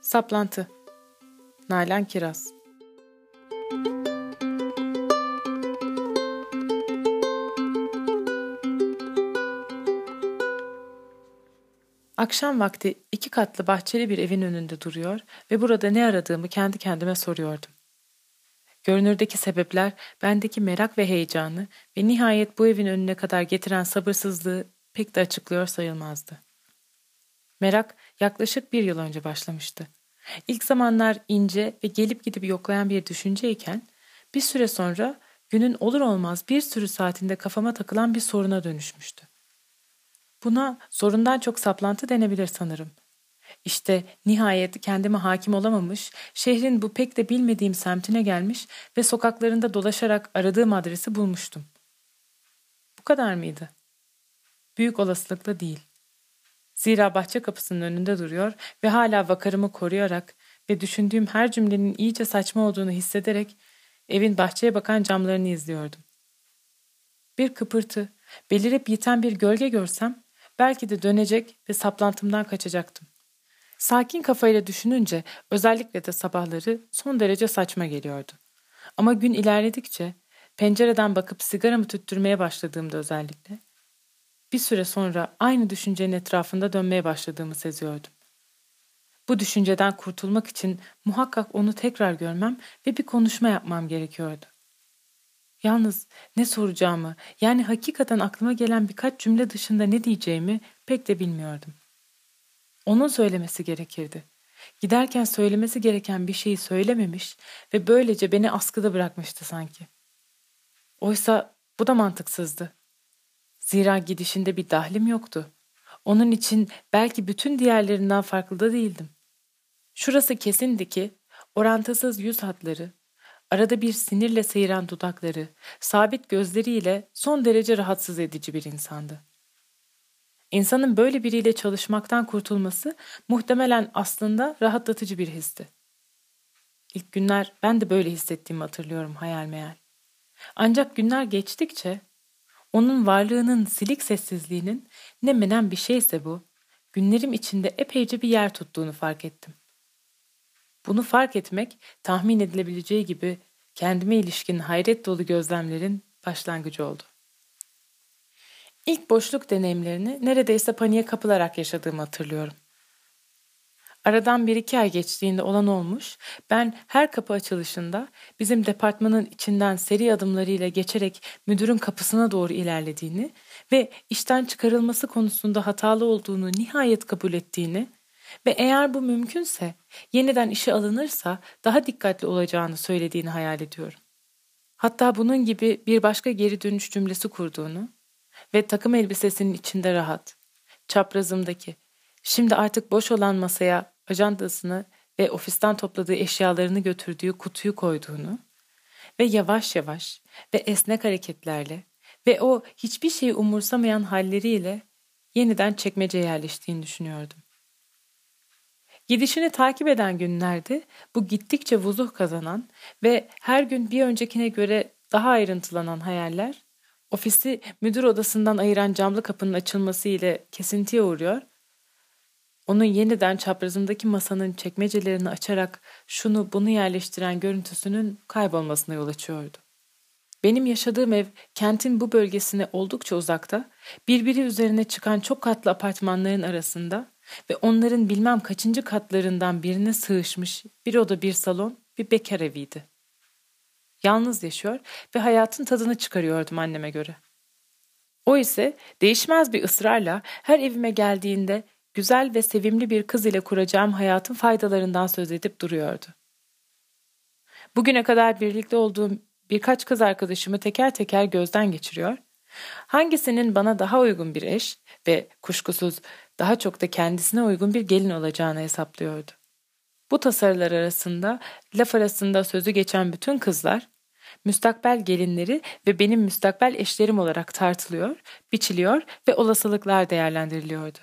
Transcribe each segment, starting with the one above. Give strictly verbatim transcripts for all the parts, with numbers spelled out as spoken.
Saplantı. Nalan Kiraz. Akşam vakti iki katlı bahçeli bir evin önünde duruyor ve burada ne aradığımı kendi kendime soruyordum. Görünürdeki sebepler bendeki merak ve heyecanı ve nihayet bu evin önüne kadar getiren sabırsızlığı pek de açıklıyor sayılmazdı. Merak yaklaşık bir yıl önce başlamıştı. İlk zamanlar ince ve gelip gidip yoklayan bir düşünceyken bir süre sonra günün olur olmaz bir sürü saatinde kafama takılan bir soruna dönüşmüştü. Buna sorundan çok saplantı denebilir sanırım. İşte nihayet kendime hakim olamamış, şehrin bu pek de bilmediğim semtine gelmiş ve sokaklarında dolaşarak aradığım adresi bulmuştum. Bu kadar mıydı? Büyük olasılıkla değil. Zira bahçe kapısının önünde duruyor ve hala vakarımı koruyarak ve düşündüğüm her cümlenin iyice saçma olduğunu hissederek evin bahçeye bakan camlarını izliyordum. Bir kıpırtı, belirip yiten bir gölge görsem belki de dönecek ve saplantımdan kaçacaktım. Sakin kafayla düşününce özellikle de sabahları son derece saçma geliyordu. Ama gün ilerledikçe pencereden bakıp sigaramı tüttürmeye başladığımda özellikle bir süre sonra aynı düşüncenin etrafında dönmeye başladığımı seziyordum. Bu düşünceden kurtulmak için muhakkak onu tekrar görmem ve bir konuşma yapmam gerekiyordu. Yalnız ne soracağımı, yani hakikaten aklıma gelen birkaç cümle dışında ne diyeceğimi pek de bilmiyordum. Onun söylemesi gerekirdi. Giderken söylemesi gereken bir şeyi söylememiş ve böylece beni askıda bırakmıştı sanki. Oysa bu da mantıksızdı. Zira gidişinde bir dahlim yoktu. Onun için belki bütün diğerlerinden farklı da değildim. Şurası kesindi ki orantısız yüz hatları, arada bir sinirle seyren dudakları, sabit gözleriyle son derece rahatsız edici bir insandı. İnsanın böyle biriyle çalışmaktan kurtulması muhtemelen aslında rahatlatıcı bir histi. İlk günler ben de böyle hissettiğimi hatırlıyorum hayal meyal. Ancak günler geçtikçe onun varlığının silik sessizliğinin ne menen bir şeyse bu, günlerim içinde epeyce bir yer tuttuğunu fark ettim. Bunu fark etmek tahmin edilebileceği gibi kendime ilişkin hayret dolu gözlemlerin başlangıcı oldu. İlk boşluk deneyimlerini neredeyse paniğe kapılarak yaşadığımı hatırlıyorum. Aradan bir iki ay geçtiğinde olan olmuş, ben her kapı açılışında bizim departmanın içinden seri adımlarıyla geçerek müdürün kapısına doğru ilerlediğini ve işten çıkarılması konusunda hatalı olduğunu nihayet kabul ettiğini ve eğer bu mümkünse yeniden işe alınırsa daha dikkatli olacağını söylediğini hayal ediyorum. Hatta bunun gibi bir başka geri dönüş cümlesi kurduğunu ve takım elbisesinin içinde rahat, çaprazımdaki, şimdi artık boş olan masaya ajandasını ve ofisten topladığı eşyalarını götürdüğü kutuyu koyduğunu ve yavaş yavaş ve esnek hareketlerle ve o hiçbir şeyi umursamayan halleriyle yeniden çekmeceye yerleştiğini düşünüyordum. Gidişini takip eden günlerde bu gittikçe vuzuh kazanan ve her gün bir öncekine göre daha ayrıntılanan hayaller, ofisi müdür odasından ayıran camlı kapının açılması ile kesintiye uğruyor, onun yeniden çaprazımdaki masanın çekmecelerini açarak şunu bunu yerleştiren görüntüsünün kaybolmasına yol açıyordu. Benim yaşadığım ev kentin bu bölgesine oldukça uzakta, birbiri üzerine çıkan çok katlı apartmanların arasında ve onların bilmem kaçıncı katlarından birine sığışmış bir oda bir salon bir bekar eviydi. Yalnız yaşıyor ve hayatın tadını çıkarıyordum anneme göre. O ise değişmez bir ısrarla her evime geldiğinde güzel ve sevimli bir kız ile kuracağım hayatın faydalarından söz edip duruyordu. Bugüne kadar birlikte olduğum birkaç kız arkadaşımı teker teker gözden geçiriyor, hangisinin bana daha uygun bir eş ve kuşkusuz daha çok da kendisine uygun bir gelin olacağını hesaplıyordu. Bu tasarılar arasında, laf arasında sözü geçen bütün kızlar, müstakbel gelinleri ve benim müstakbel eşlerim olarak tartılıyor, biçiliyor ve olasılıklar değerlendiriliyordu.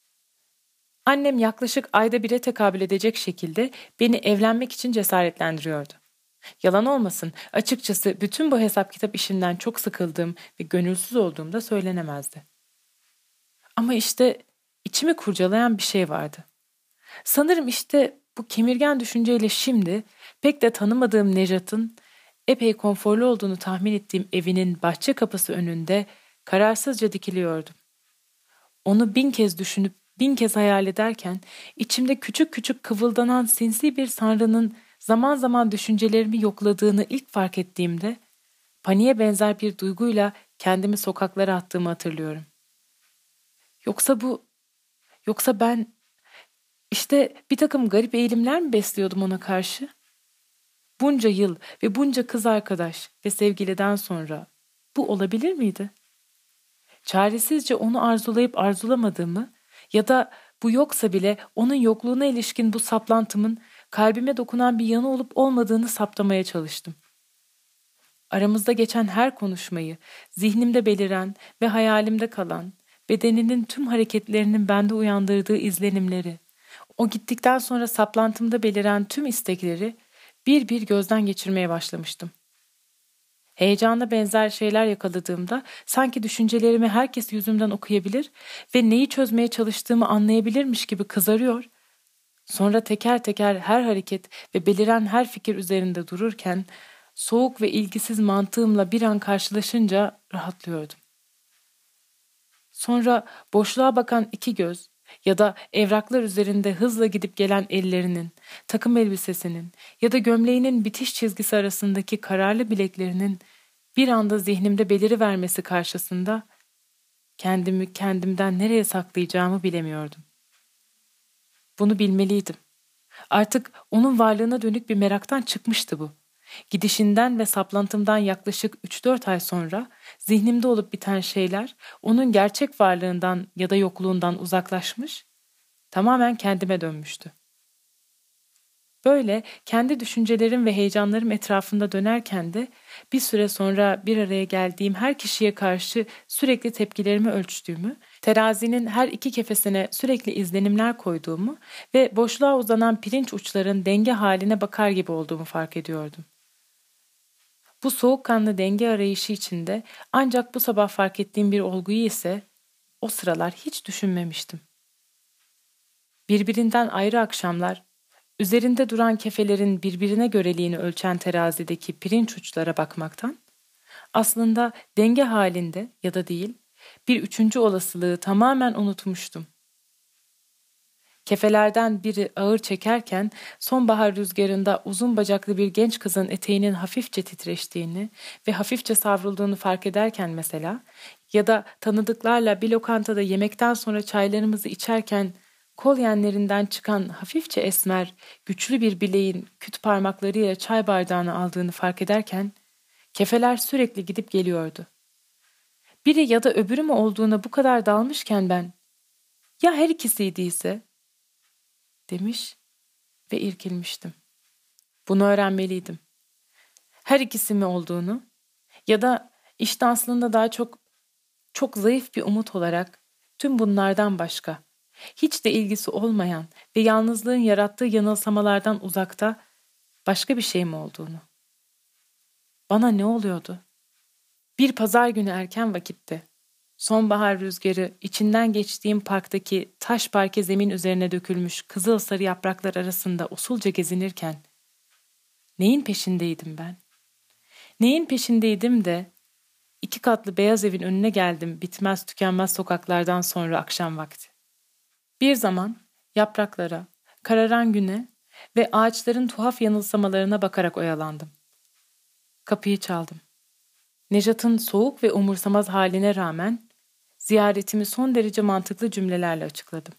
Annem yaklaşık ayda bire tekabül edecek şekilde beni evlenmek için cesaretlendiriyordu. Yalan olmasın, açıkçası bütün bu hesap kitap işinden çok sıkıldığım ve gönülsüz olduğum da söylenemezdi. Ama işte içimi kurcalayan bir şey vardı. Sanırım işte Bu kemirgen düşünceyle şimdi pek de tanımadığım Nejat'ın epey konforlu olduğunu tahmin ettiğim evinin bahçe kapısı önünde kararsızca dikiliyordum. Onu bin kez düşünüp bin kez hayal ederken içimde küçük küçük kıvıldanan sinsi bir sanrının zaman zaman düşüncelerimi yokladığını ilk fark ettiğimde paniğe benzer bir duyguyla kendimi sokaklara attığımı hatırlıyorum. Yoksa bu, yoksa ben işte bir takım garip eğilimler mi besliyordum ona karşı? Bunca yıl ve bunca kız arkadaş ve sevgiliden sonra bu olabilir miydi? Çaresizce onu arzulayıp arzulamadığımı ya da bu yoksa bile onun yokluğuna ilişkin bu saplantımın kalbime dokunan bir yanı olup olmadığını saptamaya çalıştım. Aramızda geçen her konuşmayı, zihnimde beliren ve hayalimde kalan, bedeninin tüm hareketlerinin bende uyandırdığı izlenimleri, o gittikten sonra saplantımda beliren tüm istekleri bir bir gözden geçirmeye başlamıştım. Heyecana benzer şeyler yakaladığımda sanki düşüncelerimi herkes yüzümden okuyabilir ve neyi çözmeye çalıştığımı anlayabilirmiş gibi kızarıyor. Sonra teker teker her hareket ve beliren her fikir üzerinde dururken soğuk ve ilgisiz mantığımla bir an karşılaşınca rahatlıyordum. Sonra boşluğa bakan iki göz ya da evraklar üzerinde hızla gidip gelen ellerinin, takım elbisesinin ya da gömleğinin bitiş çizgisi arasındaki kararlı bileklerinin bir anda zihnimde belirivermesi karşısında kendimi kendimden nereye saklayacağımı bilemiyordum. Bunu bilmeliydim. Artık onun varlığına dönük bir meraktan çıkmıştı bu. Gidişinden ve saplantımdan yaklaşık üç dört ay sonra zihnimde olup biten şeyler onun gerçek varlığından ya da yokluğundan uzaklaşmış, tamamen kendime dönmüştü. Böyle kendi düşüncelerim ve heyecanlarım etrafında dönerken de bir süre sonra bir araya geldiğim her kişiye karşı sürekli tepkilerimi ölçtüğümü, terazinin her iki kefesine sürekli izlenimler koyduğumu ve boşluğa uzanan pirinç uçların denge haline bakar gibi olduğumu fark ediyordum. Bu soğukkanlı denge arayışı içinde ancak bu sabah fark ettiğim bir olguyu ise o sıralar hiç düşünmemiştim. Birbirinden ayrı akşamlar, üzerinde duran kefelerin birbirine göreliğini ölçen terazideki pirinç uçlara bakmaktan, aslında denge halinde ya da değil, bir üçüncü olasılığı tamamen unutmuştum. Kefelerden biri ağır çekerken sonbahar rüzgarında uzun bacaklı bir genç kızın eteğinin hafifçe titreştiğini ve hafifçe savrulduğunu fark ederken mesela ya da tanıdıklarla bir lokantada yemekten sonra çaylarımızı içerken kol yenlerinden çıkan hafifçe esmer, güçlü bir bileğin küt parmaklarıyla çay bardağını aldığını fark ederken kefeler sürekli gidip geliyordu. Biri ya da öbürü mü olduğuna bu kadar dalmışken ben, ya her ikisiydiyse demiş ve irkilmiştim. Bunu öğrenmeliydim. Her ikisi mi olduğunu ya da işte aslında daha çok çok zayıf bir umut olarak tüm bunlardan başka, hiç de ilgisi olmayan ve yalnızlığın yarattığı yanılsamalardan uzakta başka bir şey mi olduğunu. Bana ne oluyordu? Bir pazar günü erken vakitte, sonbahar rüzgarı içinden geçtiğim parktaki taş parke zemin üzerine dökülmüş kızıl sarı yapraklar arasında usulca gezinirken, neyin peşindeydim ben? Neyin peşindeydim de iki katlı beyaz evin önüne geldim bitmez tükenmez sokaklardan sonra akşam vakti. Bir zaman yapraklara, kararan güne ve ağaçların tuhaf yanılsamalarına bakarak oyalandım. Kapıyı çaldım. Nejat'ın soğuk ve umursamaz haline rağmen ziyaretimi son derece mantıklı cümlelerle açıkladım.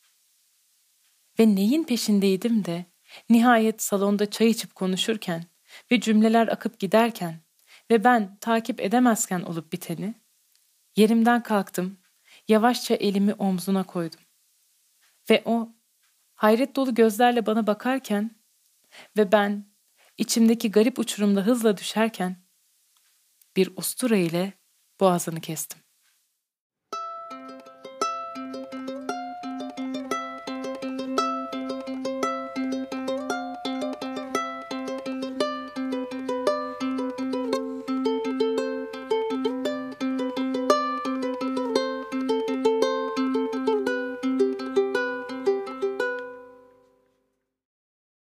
Ve neyin peşindeydim de nihayet salonda çay içip konuşurken ve cümleler akıp giderken ve ben takip edemezken olup biteni, yerimden kalktım, yavaşça elimi omzuna koydum. Ve o hayret dolu gözlerle bana bakarken ve ben içimdeki garip uçurumda hızla düşerken bir ustura ile boğazını kestim.